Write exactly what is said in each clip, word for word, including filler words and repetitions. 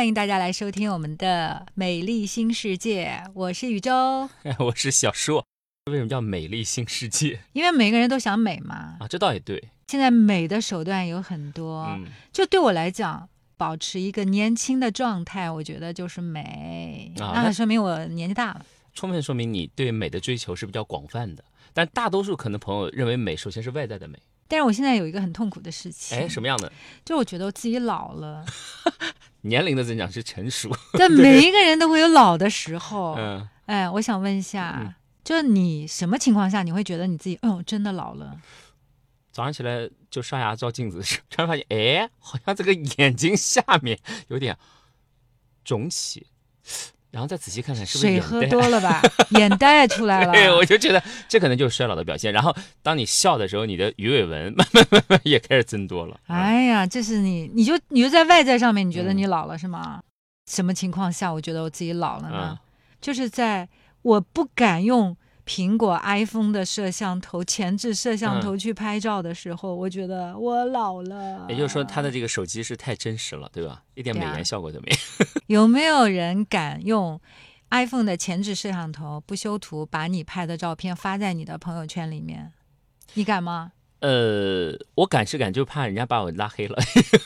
欢迎大家来收听我们的美丽新世界，我是宇宙， 我是小硕。为什么叫美丽新世界？ 因为每个人都想美嘛。 啊，这倒也对。 现在美的手段有很多，嗯、就对我来讲，保持一个年轻的状态，我觉得就是美。啊、那说明我年纪大了， 充分说明你对美的追求是比较广泛的。但大多数可能朋友认为美，首先是外在的美。 但是我现在有一个很痛苦的事情， 哎，什么样的？ 就我觉得我自己老了。 年龄的增长是成熟， 但每一个人都会有老的时候。嗯，哎，我想问一下，嗯、就你什么情况下你会觉得你自己，哦，真的老了？ 早上起来就刷牙照镜子的时候，突然发现，哎，好像这个眼睛下面有点肿起。然后再仔细看看是不是水喝多了吧，眼袋出来了。 对，我就觉得这可能就是衰老的表现。然后当你笑的时候，你的鱼尾纹慢慢慢慢也开始增多了。 哎呀，这是你，你就你就在外在上面，你觉得你老了、嗯、是吗？什么情况下我觉得我自己老了呢？嗯、就是在我不敢用苹果 iPhone 的摄像头前置摄像头去拍照的时候、嗯、我觉得我老了。 也就是说他的这个手机是太真实了，对吧？一点美颜效果都没有。 有没有人敢用 iPhone 的前置摄像头不修图把你拍的照片发在你的朋友圈里面？你敢吗？ 呃，我敢是敢，就怕人家把我拉黑了。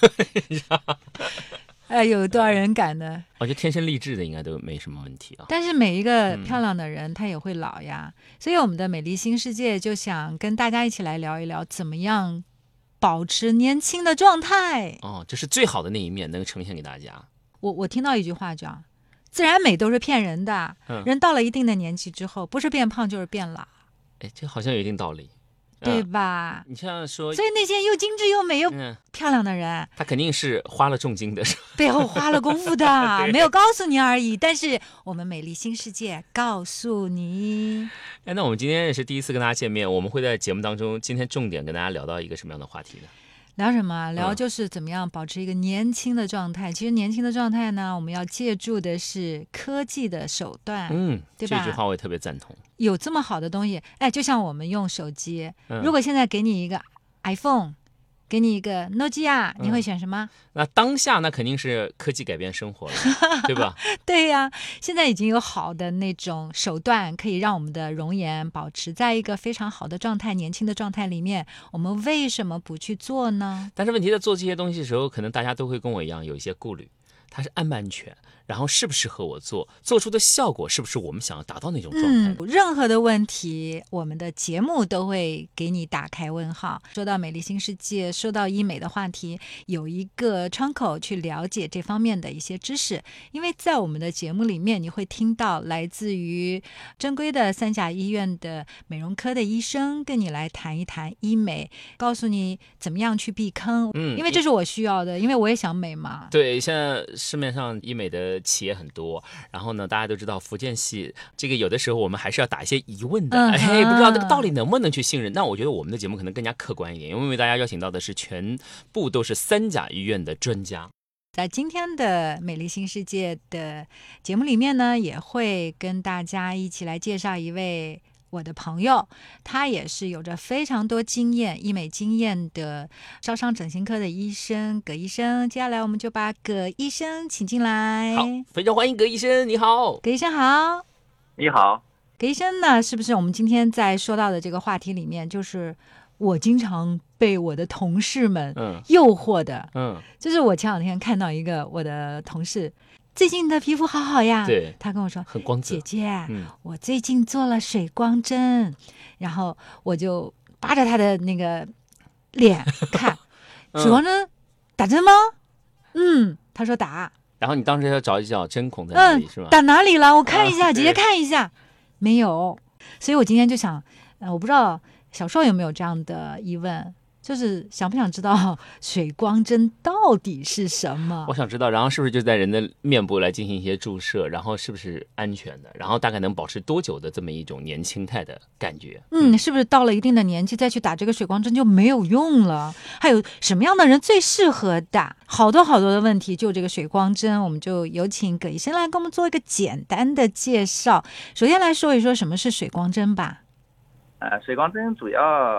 哎，有多少人敢呢？ 我觉得天生丽质的应该都没什么问题啊。 但是每一个漂亮的人、嗯、他也会老呀，所以我们的美丽新世界就想跟大家一起来聊一聊怎么样保持年轻的状态。 哦，这是最好的那一面能呈现给大家。 我我听到一句话叫自然美都是骗人的、嗯、人到了一定的年纪之后不是变胖就是变老。 哎，这好像有一定道理， 对吧、 嗯、你像说， 所以那些又精致又美又漂亮的人、嗯、 他肯定是花了重金的， 背后花了功夫的没有告诉你而已，但是我们美丽新世界告诉你。 哎，那我们今天也是第一次跟大家见面，我们会在节目当中今天重点跟大家聊到一个什么样的话题呢？ 聊什么？聊就是怎么样保持一个年轻的状态、嗯、其实年轻的状态呢，我们要借助的是科技的手段， 嗯， 对吧？ 这句话我也特别赞同。 有这么好的东西，哎，就像我们用手机、嗯、如果现在给你一个 iPhone， 给你一个 Nokia， 你会选什么？ 嗯、那当下那肯定是科技改变生活了，对吧？ 对呀、啊，现在已经有好的那种手段可以让我们的容颜保持在一个非常好的状态、年轻的状态里面，我们为什么不去做呢？但是问题在做这些东西的时候，可能大家都会跟我一样有一些顾虑，它是安不安全，然后适不适合我做，做出的效果是不是我们想要达到那种状态、 嗯、任何的问题我们的节目都会给你打开问号。说到美丽新世界，说到医美的话题，有一个窗口去了解这方面的一些知识，因为在我们的节目里面你会听到来自于正规的三甲医院的美容科的医生跟你来谈一谈医美，告诉你怎么样去避坑、嗯、因为这是我需要的，因为我也想美嘛。 对，现在市面上医美的企业很多，然后呢大家都知道福建系这个有的时候我们还是要打一些疑问的、嗯、哎，不知道这个道理能不能去信任。那我觉得我们的节目可能更加客观一点，因为大家邀请到的是全部都是三甲医院的专家。 在今天的美丽新世界的节目里面呢，也会跟大家一起来介绍一位我的朋友，他也是有着非常多经验医美经验的招商整形科的医生葛医生。接下来我们就把葛医生请进来。 好，非常欢迎葛医生。你好。 葛医生好。 你好。 葛医生呢，是不是我们今天在说到的这个话题里面，就是我经常被我的同事们诱惑的，嗯，就是我前两天看到一个我的同事，最近你的皮肤好好呀， 对， 他跟我说很光泽， 姐姐、嗯、我最近做了水光针，然后我就扒着他的那个脸看水光针、嗯、打针吗？嗯，他说打。 然后你当时要找一找针孔在哪里、嗯、是吗？ 打哪里了？我看一下、啊、姐姐看一下，没有。所以我今天就想、呃、我不知道小硕有没有这样的疑问，就是想不想知道水光针到底是什么？ 我想知道，然后是不是就在人的面部来进行一些注射，然后是不是安全的，然后大概能保持多久的这么一种年轻态的感觉？ 嗯，是不是到了一定的年纪再去打这个水光针就没有用了？还有什么样的人最适合打？好多好多的问题，就这个水光针，我们就有请葛医生来给我们做一个简单的介绍。首先来说一说什么是水光针吧。 呃，水光针主要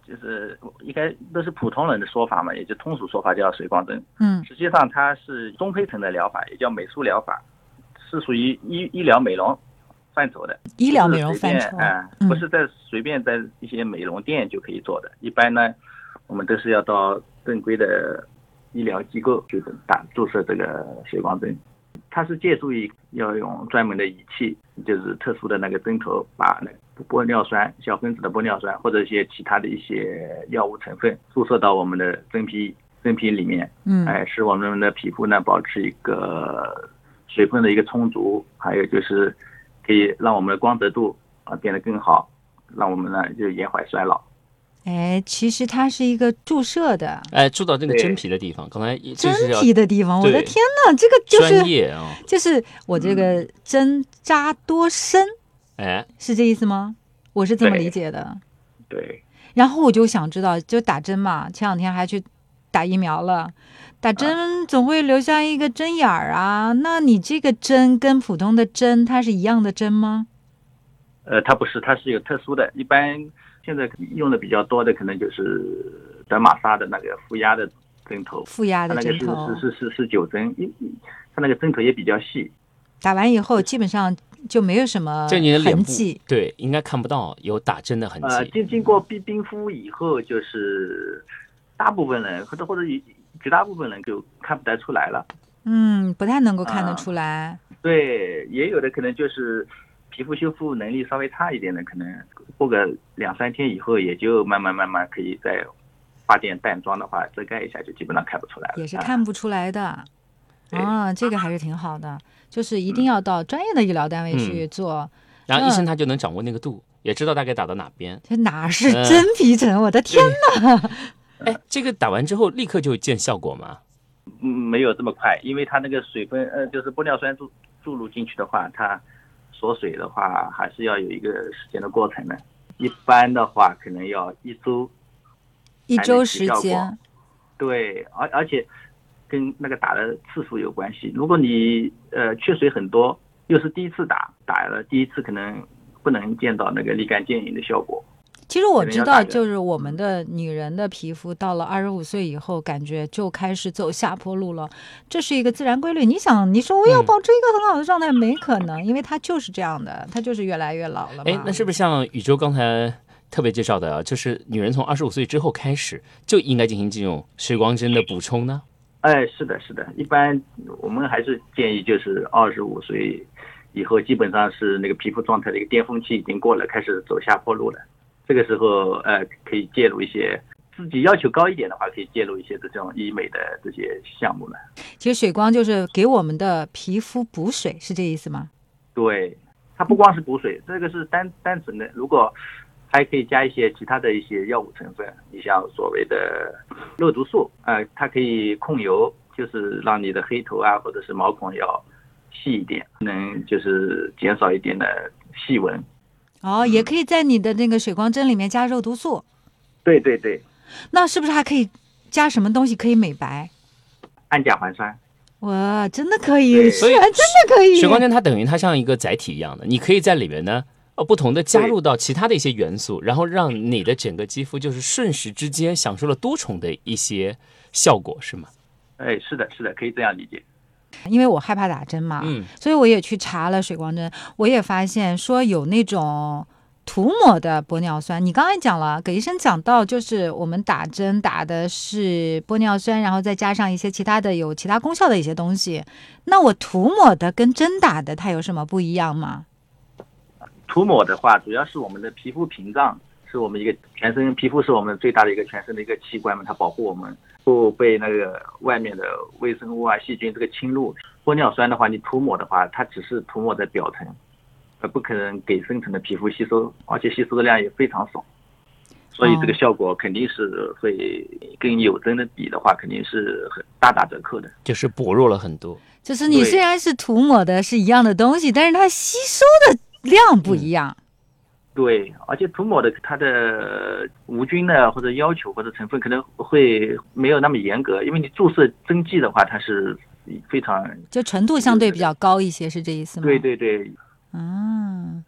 就是应该都是普通人的说法嘛，也就通俗说法叫水光针。 嗯， 实际上它是中胚层的疗法，也叫美术疗法，是属于医医疗美容范畴的。 医疗美容范畴啊、呃，不是在随便在一些美容店就可以做的。一般呢，我们都是要到正规的医疗机构去打注射这个水光针。它是借助于要用专门的仪器，就是特殊的那个针头，把那个玻尿酸、小分子的玻尿酸或者一些其他的一些药物成分注射到我们的真皮真皮里面， 嗯， 哎，使我们的皮肤呢保持一个水分的一个充足，还有就是可以让我们的光泽度啊变得更好，让我们呢就延缓衰老。 哎，其实它是一个注射的， 哎，注到这个真皮的地方，刚才真皮的地方，我的天哪，这个就是专业啊， 就是我这个针扎多深， 哎、嗯， 是这意思吗？我是这么理解的。 对。对， 然后我就想知道，就打针嘛，前两天还去打疫苗了，打针总会留下一个针眼儿啊。那你这个针跟普通的针，它是一样的针吗？ 呃，它不是，它是有特殊的，一般。现在用的比较多的可能就是德玛莎的那个负压的针头， 负压的针头， 那个是是是是九针，它那个针头也比较细。 打完以后基本上就没有什么痕迹， 对，应该看不到有打针的痕迹。 呃，经经过冰冰敷以后，就是大部分人或者或者绝大部分人就看不太出来了。 嗯，不太能够看得出来。 呃、对，也有的可能就是皮肤修复能力稍微差一点的，可能过个两三天以后，也就慢慢慢慢可以再化点淡妆的话遮盖一下，就基本上看不出来了。 也是看不出来的。 啊， 啊，这个还是挺好的，就是一定要到专业的医疗单位去做， 嗯、然后医生他就能掌握那个度，也知道大概打到哪边。 这哪是真皮层？嗯、我的天哪！ 哎，这个打完之后立刻就见效果吗？ 嗯，没有这么快，因为它那个水分，呃，就是玻尿酸注注入进去的话，它锁水的话还是要有一个时间的过程的，一般的话可能要一周， 一周时间。 对，而而且跟那个打的次数有关系。如果你呃缺水很多，又是第一次打，打了第一次可能不能见到那个立竿见影的效果。 其实我知道，就是我们的女人的皮肤到了二十五岁以后，感觉就开始走下坡路了，这是一个自然规律。你想，你说我要保持一个很好的状态，嗯、没可能，因为它就是这样的，它就是越来越老了嘛。 哎，那是不是像宇宙刚才特别介绍的啊？就是女人从二十五岁之后开始就应该进行这种水光针的补充呢？ 哎，是的，是的，一般我们还是建议就是二十五岁以后，基本上是那个皮肤状态的一个巅峰期已经过了，开始走下坡路了。这个时候，呃，可以介入一些自己要求高一点的话，可以介入一些这种医美的这些项目了。 其实水光就是给我们的皮肤补水，是这意思吗？ 对，它不光是补水，这个是单单纯的，如果还可以加一些其他的一些药物成分，你像所谓的肉毒素，呃，它可以控油，就是让你的黑头啊或者是毛孔要细一点，能就是减少一点的细纹。 哦，也可以在你的那个水光针里面加肉毒素。 对对对。 那是不是还可以加什么东西可以美白？ 氨甲环酸。 哇，真的可以，居然真的可以。 水光针它等于它像一个载体一样的，你可以在里面呢，呃，不同的加入到其他的一些元素，然后让你的整个肌肤就是瞬时之间享受了多重的一些效果，是吗？ 哎，是的，是的，可以这样理解。 因为我害怕打针嘛， 嗯， 所以我也去查了水光针，我也发现说有那种涂抹的玻尿酸。你刚才讲了，葛医生讲到，就是我们打针打的是玻尿酸，然后再加上一些其他的有其他功效的一些东西。那我涂抹的跟针打的它有什么不一样吗？ 涂抹的话，主要是我们的皮肤屏障，是我们一个全身皮肤是我们最大的一个全身的一个器官嘛，它保护我们不被那个外面的微生物啊、细菌这个侵入。玻尿酸的话，你涂抹的话，它只是涂抹在表层，而不可能给深层的皮肤吸收，而且吸收的量也非常少，所以这个效果肯定是会跟有针的比的话，肯定是很大打折扣的， 就是薄弱了很多。 就是你虽然是涂抹的是一样的东西，但是它吸收的量不一样。 嗯，对，而且涂抹的它的无菌的或者要求或者成分可能会没有那么严格，因为你注射针剂的话，它是非常就纯度相对比较高一些，是这意思吗？ 对对对。 嗯，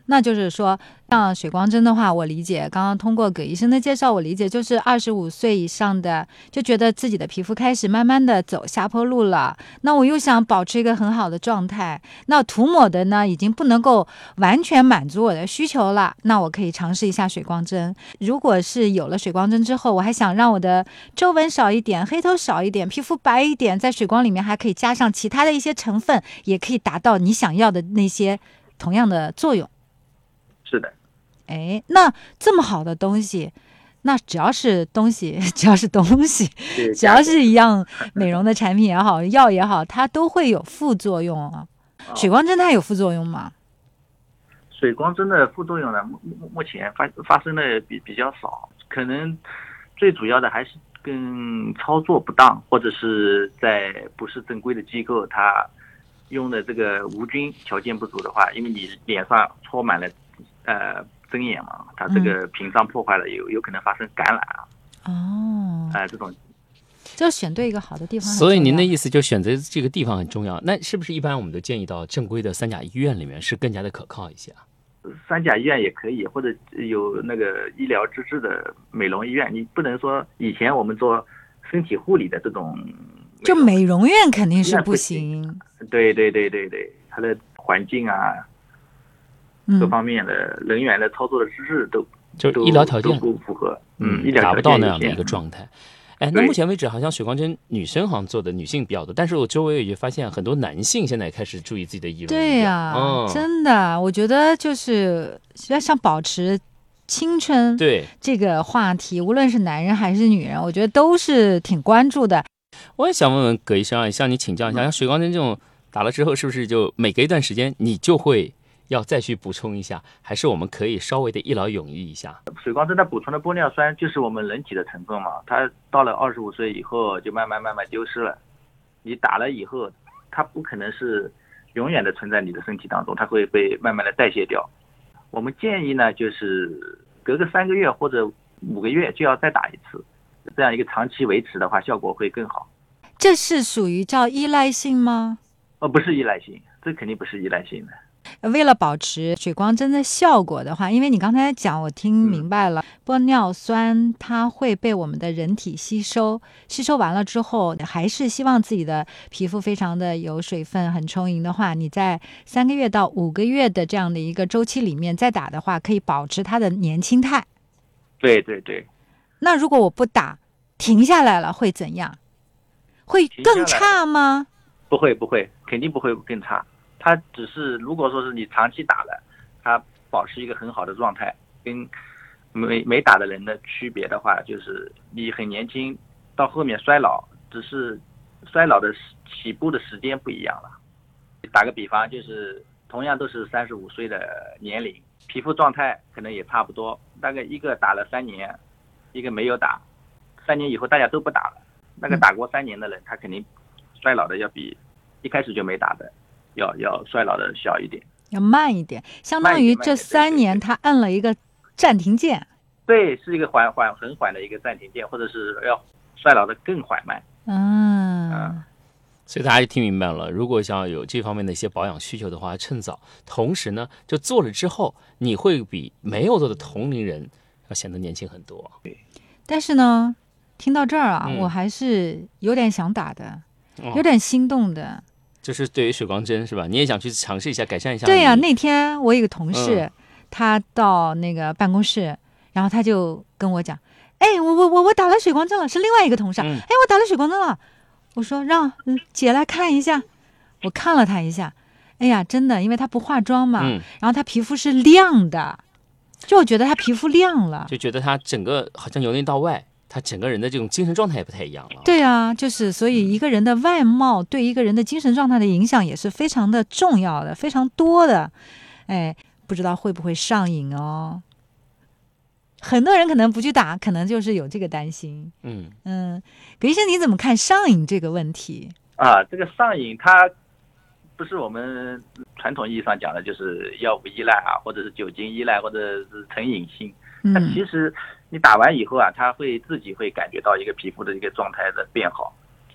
那就是说，像水光针的话，我理解，刚刚通过葛医生的介绍，我理解就是二十五岁以上的就觉得自己的皮肤开始慢慢的走下坡路了，那我又想保持一个很好的状态，那涂抹的呢已经不能够完全满足我的需求了，那我可以尝试一下水光针。如果是有了水光针之后，我还想让我的皱纹少一点，黑头少一点，皮肤白一点，在水光里面还可以加上其他的一些成分，也可以达到你想要的那些同样的作用。 是的。 哎，那这么好的东西，那只要是东西，只要是东西，只要是一样美容的产品也好，药也好，它都会有副作用啊。水光针它有副作用吗？ 水光针的副作用呢，目目前发发生的比比较少，可能最主要的还是跟操作不当，或者是在不是正规的机构，它用的这个无菌条件不足的话，因为你脸上戳满了呃针眼嘛，它这个屏障破坏了，有有可能发生感染啊。哦，哎、呃，这种就选对一个好的地方。 所以您的意思就选择这个地方很重要。那是不是一般我们都建议到正规的三甲医院里面是更加的可靠一些啊？ 三甲医院也可以，或者有那个医疗资质的美容医院。你不能说以前我们做身体护理的这种， 就美容院肯定是不行。 对对对对对，它的环境啊，各方面的人员的操作的资质都就医疗条件不符合， 嗯， 医疗达不到那样的一个状态。哎，那目前为止好像水光针女生好像做的女性比较多，但是我周围也发现很多男性现在也开始注意自己的仪容。 对呀、啊嗯，真的，我觉得就是要想保持青春， 对这个话题，无论是男人还是女人，我觉得都是挺关注的。 我也想问问葛医生啊，向你请教一下，像水光针这种打了之后，是不是就每隔一段时间你就会要再去补充一下，还是我们可以稍微的一劳永逸一下？ 水光针它补充的玻尿酸就是我们人体的成分嘛，它到了二十五岁以后就慢慢慢慢丢失了。你打了以后，它不可能是永远的存在你的身体当中，它会被慢慢的代谢掉。我们建议呢，就是隔个三个月或者五个月就要再打一次，这样一个长期维持的话，效果会更好。 这是属于叫依赖性吗？ 哦，不是依赖性，这肯定不是依赖性的。 为了保持水光针的效果的话，因为你刚才讲我听明白了、嗯、玻尿酸它会被我们的人体吸收，吸收完了之后还是希望自己的皮肤非常的有水分很充盈的话，你在三个月到五个月的这样的一个周期里面再打的话，可以保持它的年轻态。 对对对。 那如果我不打停下来了会怎样？会更差吗？ 不会不会，肯定不会更差。它只是如果说是你长期打了，它保持一个很好的状态，跟没没打的人的区别的话，就是你很年轻，到后面衰老，只是衰老的起步的时间不一样了。打个比方，就是同样都是三十五岁的年龄，皮肤状态可能也差不多，大概一个打了三年，一个没有打，三年以后大家都不打了，那个打过三年的人，他肯定衰老的要比一开始就没打的要要衰老的小一点， 要慢一点，相当于这三年他按了一个暂停键。 对，是一个缓缓很缓的一个暂停键，或者是要衰老的更缓慢。 嗯， 嗯， 所以大家就听明白了，如果想有这方面的一些保养需求的话，趁早。同时呢，就做了之后，你会比没有做的同龄人要显得年轻很多。 对， 但是呢，听到这儿啊、 嗯， 我还是有点想打的，有点心动的。哦， 就是对于水光针是吧？你也想去尝试一下，改善一下？ 对呀、啊，那天我有一个同事、 嗯， 他到那个办公室，然后他就跟我讲：“哎，我我我我打了水光针了。”是另外一个同事，哎、 嗯， 我打了水光针了。我说让姐来看一下，我看了他一下，哎呀，真的，因为他不化妆嘛， 嗯， 然后他皮肤是亮的，就我觉得他皮肤亮了， 就觉得他整个好像由内到外。他整个人的这种精神状态也不太一样了。 对啊，就是所以一个人的外貌对一个人的精神状态的影响也是非常的重要的，非常多的。哎，不知道会不会上瘾哦？很多人可能不去打，可能就是有这个担心。 嗯嗯，葛医生你怎么看上瘾这个问题？ 啊，这个上瘾它不是我们传统意义上讲的，就是药物依赖啊，或者是酒精依赖，或者是成瘾性。它其实你打完以后啊，它会自己会感觉到一个皮肤的一个状态的变好，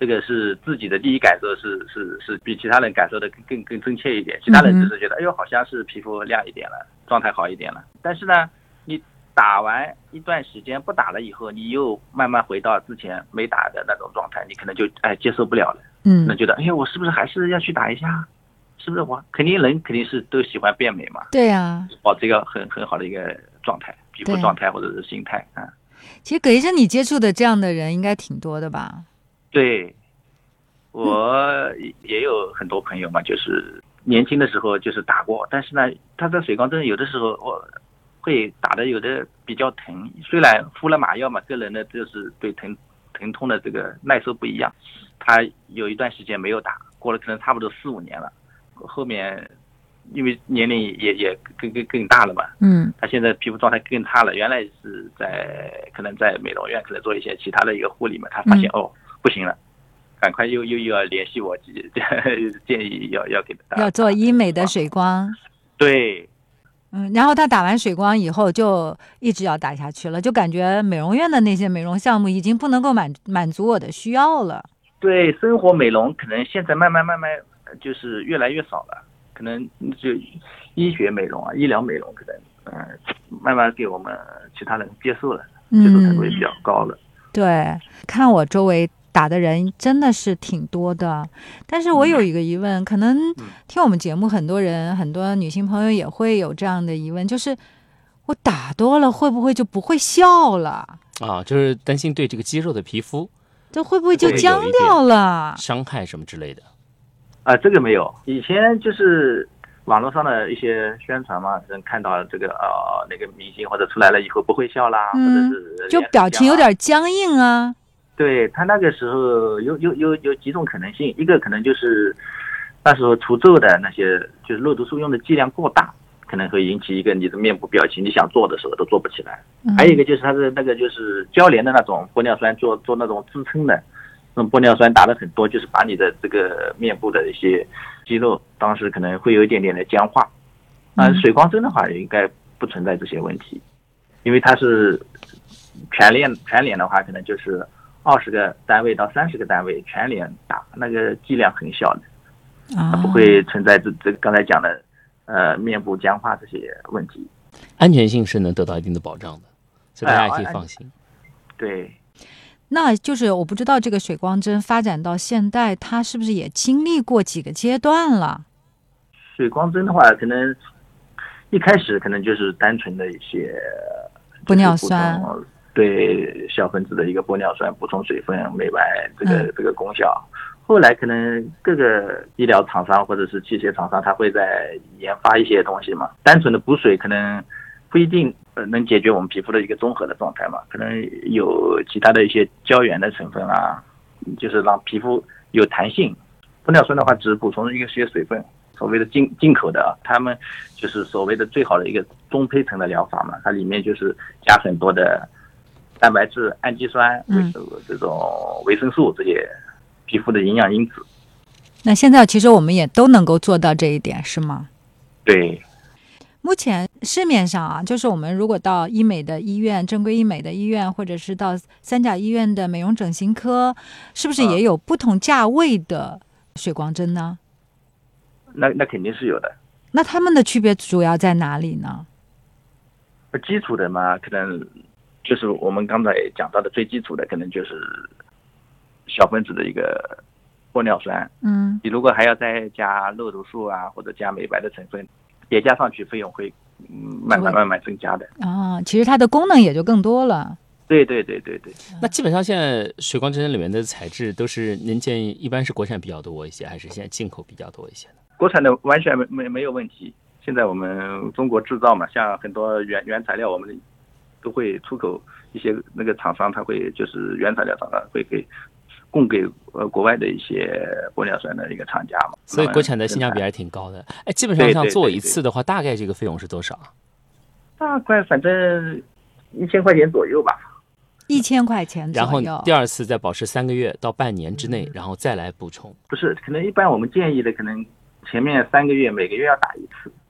这个是自己的第一感受是是是比其他人感受的更更更真切一点，其他人只是觉得、嗯、哎呦好像是皮肤亮一点了，状态好一点了。但是呢，你打完一段时间不打了以后，你又慢慢回到之前没打的那种状态，你可能就哎接受不了了，嗯，那觉得哎呀我是不是还是要去打一下？是不是我肯定人肯定是都喜欢变美嘛？ 对呀、啊， 保持一个很很好的一个状态，皮肤状态或者是心态啊。 其实葛医生，你接触的这样的人应该挺多的吧？ 对，我也有很多朋友嘛，就是年轻的时候就是打过，但是呢，他的水光针有的时候我会打的有的比较疼，虽然敷了麻药嘛，个人呢就是对疼疼痛的这个耐受不一样，他有一段时间没有打，过了可能差不多四五年了。后面因为年龄也也更更更大了嘛，嗯，他现在皮肤状态更差了。原来是在可能在美容院可能做一些其他的一个护理嘛，他发现、嗯、哦不行了，赶快又又又要联系我，建议要要给他要做医美的水光。 对， 嗯，然后他打完水光以后就一直要打下去了，就感觉美容院的那些美容项目已经不能够满满足我的需要了。 对，生活美容可能现在慢慢慢慢。就是越来越少了，可能就医学美容啊、医疗美容可能嗯、呃、慢慢给我们其他人接受了，接受程度也比较高了。 嗯、对，看我周围打的人真的是挺多的，但是我有一个疑问，嗯、可能听我们节目很多人、很多女性朋友也会有这样的疑问，就是我打多了会不会就不会笑了啊？就是担心对这个肌肉的皮肤， 这会不会就僵掉了， 伤害什么之类的？ 啊，这个没有。以前就是网络上的一些宣传嘛，能看到这个呃那个明星或者出来了以后不会笑啦，嗯、或者是就表情有点僵硬啊。 对，他那个时候有有有有几种可能性，一个可能就是那时候除皱的那些就是肉毒素用的剂量过大，可能会引起一个你的面部表情，你想做的时候都做不起来。嗯、还有一个就是它的那个就是交联的那种玻尿酸做做那种支撑的。那种玻尿酸打了很多，就是把你的这个面部的一些肌肉，当时可能会有一点点的僵化。啊、呃，水光针的话应该不存在这些问题，因为它是全脸全脸的话，可能就是二十个单位到三十个单位全脸打，那个剂量很小的，它不会存在这这刚才讲的呃面部僵化这些问题。 安全性是能得到一定的保障的，所以大家可以放心。 呃、对。 那就是我不知道这个水光针发展到现在，它是不是也经历过几个阶段了？ 水光针的话，可能一开始可能就是单纯的一些玻尿酸， 对小分子的一个玻尿酸补充水分、美白这个、嗯、这个功效。后来可能各个医疗厂商或者是器械厂商，他会在研发一些东西嘛。单纯的补水可能不一定呃能解决我们皮肤的一个综合的状态嘛，可能有其他的一些胶原的成分啊，就是让皮肤有弹性。玻尿酸的话只补充一个些水分，所谓的进进口的啊，他们就是所谓的最好的一个中胚层的疗法嘛，它里面就是加很多的蛋白质、氨基酸、维这种维生素这些皮肤的营养因子。 那现在其实我们也都能够做到这一点，是吗？ 对。 目前市面上啊，就是我们如果到医美的医院、正规医美的医院，或者是到三甲医院的美容整形科，是不是也有不同价位的水光针呢？ 那那肯定是有的。 那它们的区别主要在哪里呢？ 基础的嘛，可能就是我们刚才讲到的最基础的，可能就是小分子的一个玻尿酸。嗯，你如果还要再加肉毒素啊，或者加美白的成分，叠加上去费用会嗯慢慢慢慢增加的。 啊，其实它的功能也就更多了。 对对对对对。 那基本上现在水光针里面的材质都是您建议一般是国产比较多一些，还是现在进口比较多一些呢？ 国产的完全没没没有问题。现在我们中国制造嘛，像很多原原材料我们都会出口，一些那个厂商他会就是原材料厂商会给供给呃国外的一些玻尿酸的一个厂家嘛， 所以国产的性价比还是挺高的。哎，基本上像做一次的话，大概这个费用是多少？ 大概反正一千块钱左右吧。 一千块钱左右。 然后第二次再保持三个月到半年之内，然后再来补充。 不是，可能一般我们建议的可能前面三个月每个月要打一次，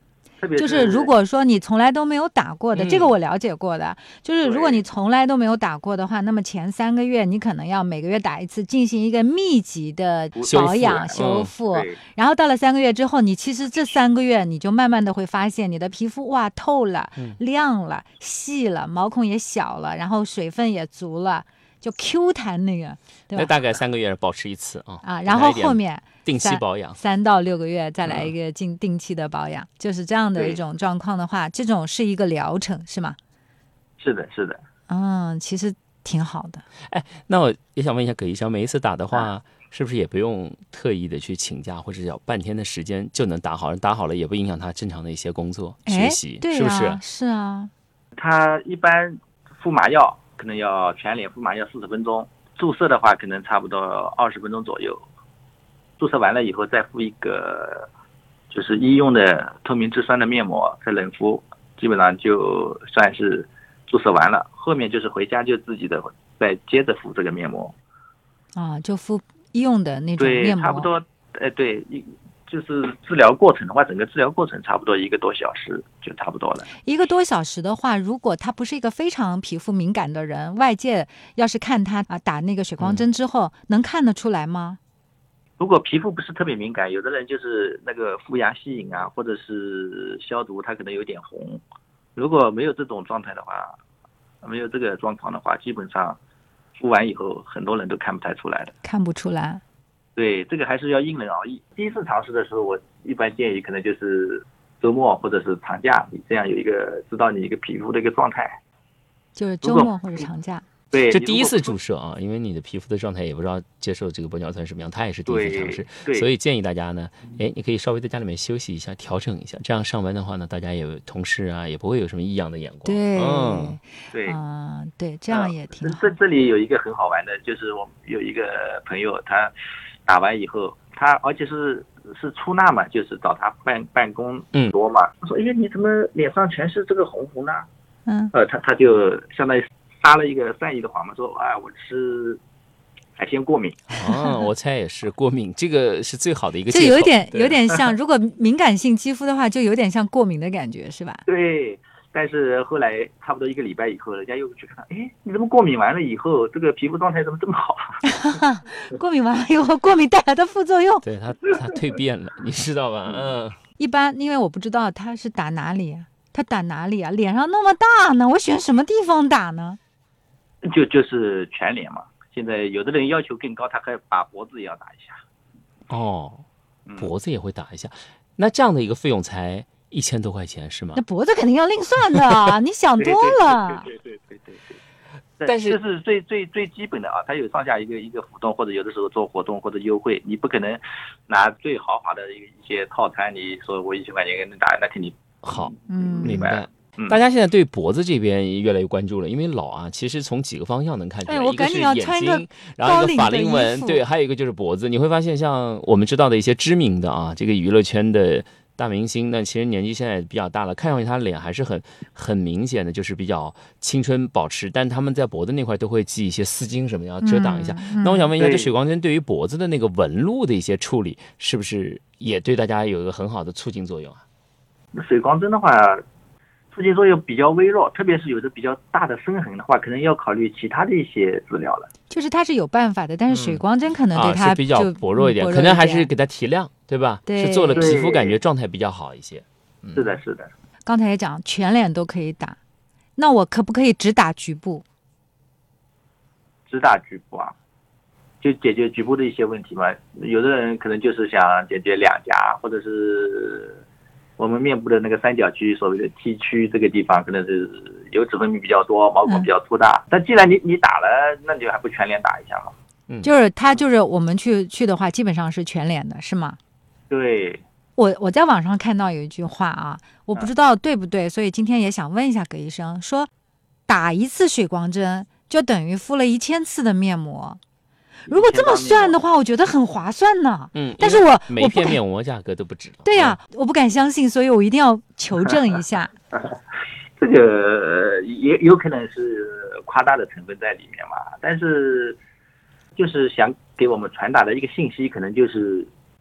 特别是就是如果说你从来都没有打过的， 嗯这个我了解过的，就是如果对你从来都没有打过的话，那么前三个月你可能要每个月打一次，进行一个密集的保养修复修复。 对然后到了三个月之后，你其实这三个月你就慢慢的会发现你的皮肤哇透了、 嗯亮了、细了，毛孔也小了，然后水分也足了，就 Q 弹那个，对吧？ 那大概三个月保持一次啊。 啊，然后后面定期保养， 三到六个月再来一个定定期的保养，就是这样的一种状况的话，这种是一个疗程是吗？ 是的，是的。 嗯，其实挺好的。 哎，那我也想问一下葛医生，每一次打的话，是不是也不用特意的去请假，或者要半天的时间就能打好？打好了也不影响他正常的一些工作学习， 对啊， 是不是？ 是啊。 他一般敷麻药可能要全脸敷麻药四十分钟，注射的话可能差不多二十分钟左右。注射完了以后再敷一个就是医用的透明质酸的面膜，再冷敷，基本上就算是注射完了。后面就是回家就自己的再接着敷这个面膜。 啊，就敷医用的那种面膜。 对，差不多。哎，对，一就是治疗过程的话，整个治疗过程差不多一个多小时就差不多了。 一个多小时的话，如果他不是一个非常皮肤敏感的人，外界要是看他啊打那个水光针之后，嗯、能看得出来吗？ 如果皮肤不是特别敏感，有的人就是那个负阳吸引啊，或者是消毒，它可能有点红。如果没有这种状态的话，没有这个状况的话，基本上敷完以后，很多人都看不太出来的。 看不出来。 对，这个还是要因人而异。第一次尝试的时候，我一般建议可能就是周末或者是长假，你这样有一个知道你一个皮肤的一个状态。 就是周末或者长假。 对， 这第一次注射啊，因为你的皮肤的状态也不知道接受这个玻尿酸什么样，它也是第一次尝试，所以建议大家呢，哎，你可以稍微在家里面休息一下，调整一下，这样上班的话呢，大家也同事啊也不会有什么异样的眼光。 对， 嗯， 对， 啊、嗯，对，这样也挺好。 这这里有一个很好玩的，就是我们有一个朋友，他打完以后，他而且是是出纳嘛，就是找他办办公多嘛，他说，哎呀，你怎么脸上全是这个红红呢？ 嗯， 呃，他他就相当于撒了一个善意的谎嘛，说啊，我吃海鲜过敏。 哦，我猜也是过敏，这个是最好的一个借口。 就有点有点像，如果敏感性肌肤的话，就有点像过敏的感觉，是吧？ 对，但是后来差不多一个礼拜以后，人家又去看，哎，你怎么过敏完了以后，这个皮肤状态怎么这么好？ 过敏完了以后，过敏带来的副作用， 对他他蜕变了，你知道吧？嗯。 一般因为我不知道他是打哪里，他打哪里啊？脸上那么大呢，我选什么地方打呢？ 就就是全脸嘛。现在有的人要求更高，他还把脖子也要打一下。 哦，脖子也会打一下，嗯、那这样的一个费用才一千多块钱是吗？ 那脖子肯定要另算的，你想多了。 对对对对对对。 但是这是最最最基本的啊，它有上下一个一个浮动，或者有的时候做活动或者优惠，你不可能拿最豪华的一个一些套餐，你说我一千块钱给你打，那肯定好， 嗯， 明白。大家现在对脖子这边越来越关注了，因为老啊，其实从几个方向能看出来， 哎、 一个是眼睛，然后一个法令纹，对，还有一个就是脖子。你会发现，像我们知道的一些知名的啊，这个娱乐圈的大明星，那其实年纪现在比较大了，看上去他脸还是很很明显的，就是比较青春保持，但他们在脖子那块都会系一些丝巾什么，要遮挡一下。嗯嗯、那我想问一下，这水光针对于脖子的那个纹路的一些处理，是不是也对大家有一个很好的促进作用啊？ 水光针的话，促进作用比较微弱，特别是有的比较大的深痕的话，可能要考虑其他的一些治疗了。 就是它是有办法的，但是水光针可能对它、 嗯啊、是比较薄弱一点，嗯、可能还是给它提亮，对吧？ 对， 是做了皮肤感觉状态比较好一些。 嗯、是的，是的。 刚才也讲全脸都可以打，那我可不可以只打局部？ 只打局部啊，就解决局部的一些问题嘛。有的人可能就是想解决两颊，或者是我们面部的那个三角区，所谓的 T 区这个地方，可能是油脂分泌比较多，毛孔比较粗大。嗯、但既然你你打了，那你就还不全脸打一下吗？ 嗯，就是它就是我们去去的话，基本上是全脸的，是吗？ 对。 我我在网上看到有一句话啊，我不知道对不对，所以今天也想问一下葛医生，说打一次水光针就等于敷了一千次的面膜。如果这么算的话，我觉得很划算呢。 嗯， 但是我每片面膜价格都不止。 对呀、啊，我不敢相信，所以我一定要求证一下。 这个也有可能是夸大的成分在里面嘛，但是就是想给我们传达的一个信息，可能就是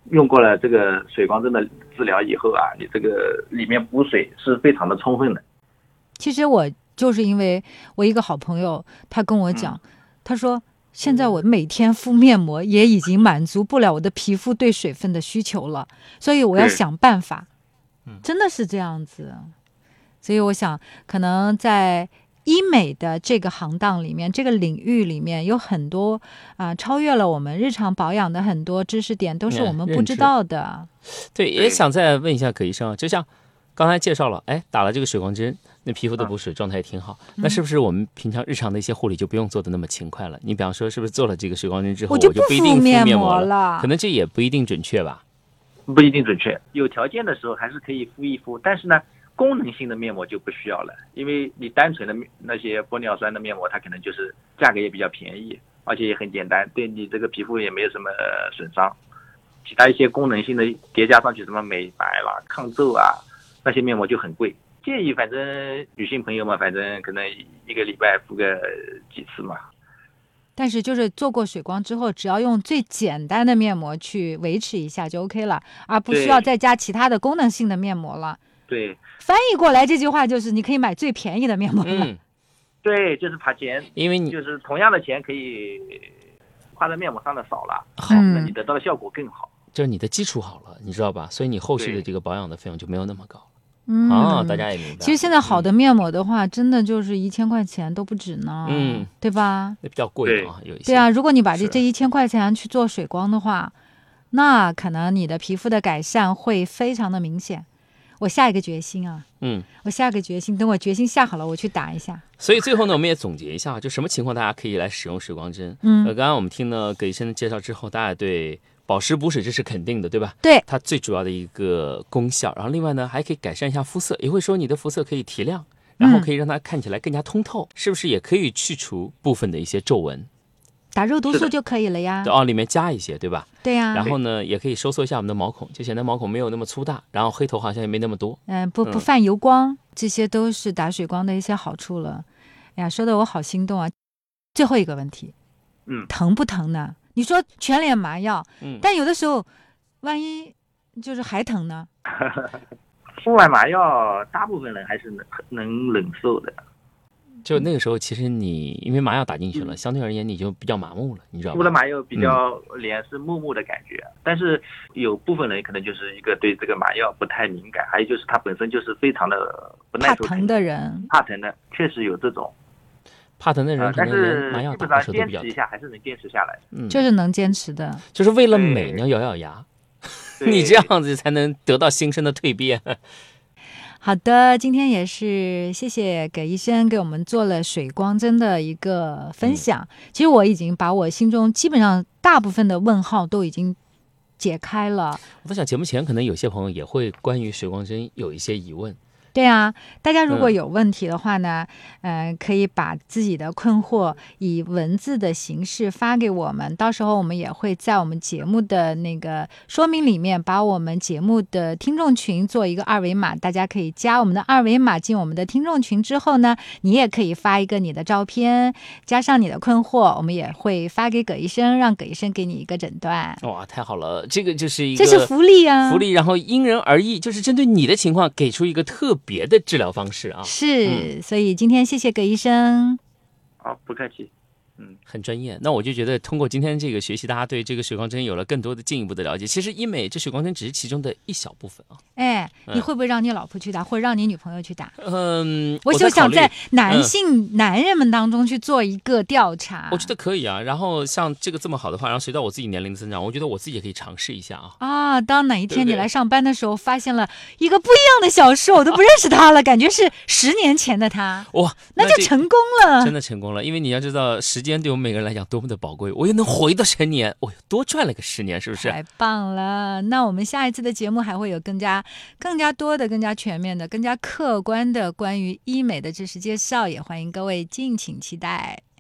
用过了这个水光针的治疗以后啊，你这个里面补水是非常的充分的。 其实我就是因为我一个好朋友，他跟我讲，嗯、他说现在我每天敷面膜也已经满足不了我的皮肤对水分的需求了，所以我要想办法。真的是这样子。所以我想可能在医美的这个行当里面，这个领域里面有很多啊、呃，超越了我们日常保养的很多知识点，都是我们不知道的。 对，也想再问一下葛医生啊，就像刚才介绍了，哎，打了这个水光针，那皮肤的补水状态也挺好、嗯，那是不是我们平常日常的一些护理就不用做的那么勤快了？你比方说，是不是做了这个水光针之后，我就不一定敷面膜了？可能这也不一定准确吧？ 不一定准确，有条件的时候还是可以敷一敷，但是呢，功能性的面膜就不需要了，因为你单纯的那些玻尿酸的面膜，它可能就是价格也比较便宜，而且也很简单，对你这个皮肤也没有什么损伤。其他一些功能性的叠加上去，什么美白啦、抗皱啊，那些面膜就很贵。建议反正女性朋友嘛，反正可能一个礼拜敷个几次嘛。 但是就是做过水光之后，只要用最简单的面膜去维持一下就 OK 了，而不需要再加其他的功能性的面膜了。 对， 翻译过来这句话就是你可以买最便宜的面膜了。 嗯， 对，就是怕钱， 因为你就是同样的钱可以花在面膜上的少了，好，那你得到的效果更好。 就是你的基础好了，你知道吧？所以你后续的这个保养的费用就没有那么高。 嗯， 哦，大家也明白。 其实现在好的面膜的话，嗯、真的就是一千块钱都不止呢， 嗯， 对吧？ 那比较贵啊，有一些。 对啊，如果你把这这一千块钱去做水光的话，那可能你的皮肤的改善会非常的明显。我下一个决心啊， 嗯， 我下一个决心，等我决心下好了，我去打一下。 所以最后呢，我们也总结一下，就什么情况大家可以来使用水光针？ 嗯， 呃，刚刚我们听了葛医生的介绍之后，大家对保湿补水这是肯定的，对吧？ 对， 它最主要的一个功效。然后另外呢，还可以改善一下肤色，也会说你的肤色可以提亮，然后可以让它看起来更加通透，嗯、是不是也可以去除部分的一些皱纹？ 打肉毒素就可以了呀。 哦，里面加一些，对吧？ 对呀、啊。 然后呢，也可以收缩一下我们的毛孔，就显得毛孔没有那么粗大，然后黑头好像也没那么多。 嗯，不不泛油光、嗯，这些都是打水光的一些好处了。哎呀，说的我好心动啊！最后一个问题， 嗯， 疼不疼呢？你说全脸麻药， 嗯， 但有的时候，万一就是还疼呢？ 敷完麻药，大部分人还是能能忍受的。 就那个时候，其实你因为麻药打进去了，嗯、相对而言你就比较麻木了，你知道吗？ 敷了麻药比较脸是木木的感觉、嗯，但是有部分人可能就是一个对这个麻药不太敏感，还有就是他本身就是非常的不耐受怕疼的人， 怕疼的确实有这种。 怕疼的人， 但是麻药基本上坚持一下还是能坚持下来的， 嗯， 就是能坚持的， 就是为了美你要咬咬牙，你这样子才能得到新生的蜕变。 好的，今天也是谢谢葛医生给我们做了水光针的一个分享、嗯、其实我已经把我心中基本上大部分的问号都已经解开了。 我在想节目前可能有些朋友也会关于水光针有一些疑问。 对啊，大家如果有问题的话呢，嗯、呃，可以把自己的困惑以文字的形式发给我们，到时候我们也会在我们节目的那个说明里面把我们节目的听众群做一个二维码，大家可以加我们的二维码进我们的听众群之后呢，你也可以发一个你的照片，加上你的困惑，我们也会发给葛医生，让葛医生给你一个诊断。 哇，太好了，这个就是一个这是福利啊， 福利，然后因人而异，就是针对你的情况给出一个特别的治疗方式啊， 是、嗯，所以今天谢谢葛医生。 好，不客气。嗯， 很专业。那我就觉得通过今天这个学习，大家对这个水光针有了更多的进一步的了解。其实医美这水光针只是其中的一小部分啊。 哎，你会不会让你老婆去打，或者让你女朋友去打？ 嗯， 我就想在男性、嗯、男人们当中去做一个调查。 我觉得可以啊。然后像这个这么好的话，然后随着我自己年龄的增长，我觉得我自己也可以尝试一下啊。 啊，当哪一天你来上班的时候，对对发现了一个不一样的小树，我都不认识他了，感觉是十年前的他。 哇， 那就成功了， 真的成功了。因为你要知道，时间对我们每个人来讲多么的宝贵，我又能回到成年，我又多赚了个十年，是不是？ 太棒了！那我们下一次的节目还会有更加、更加多的、更加全面的、更加客观的关于医美的知识介绍，也欢迎各位敬请期待。